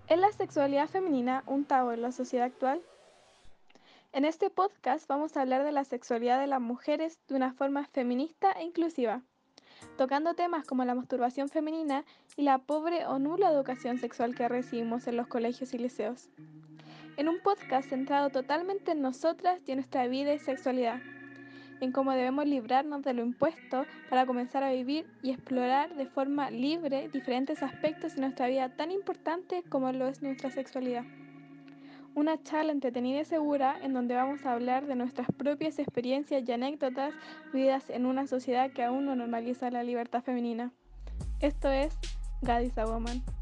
¿Es la sexualidad femenina un tabú en la sociedad actual? En este podcast vamos a hablar de la sexualidad de las mujeres de una forma feminista e inclusiva, tocando temas como la masturbación femenina y la pobre o nula educación sexual que recibimos en los colegios y liceos. En un podcast centrado totalmente en nosotras y en nuestra vida y sexualidad, en cómo debemos librarnos de lo impuesto para comenzar a vivir y explorar de forma libre diferentes aspectos de nuestra vida tan importantes como lo es nuestra sexualidad. Una charla entretenida y segura en donde vamos a hablar de nuestras propias experiencias y anécdotas vividas en una sociedad que aún no normaliza la libertad femenina. Esto es God is a Woman.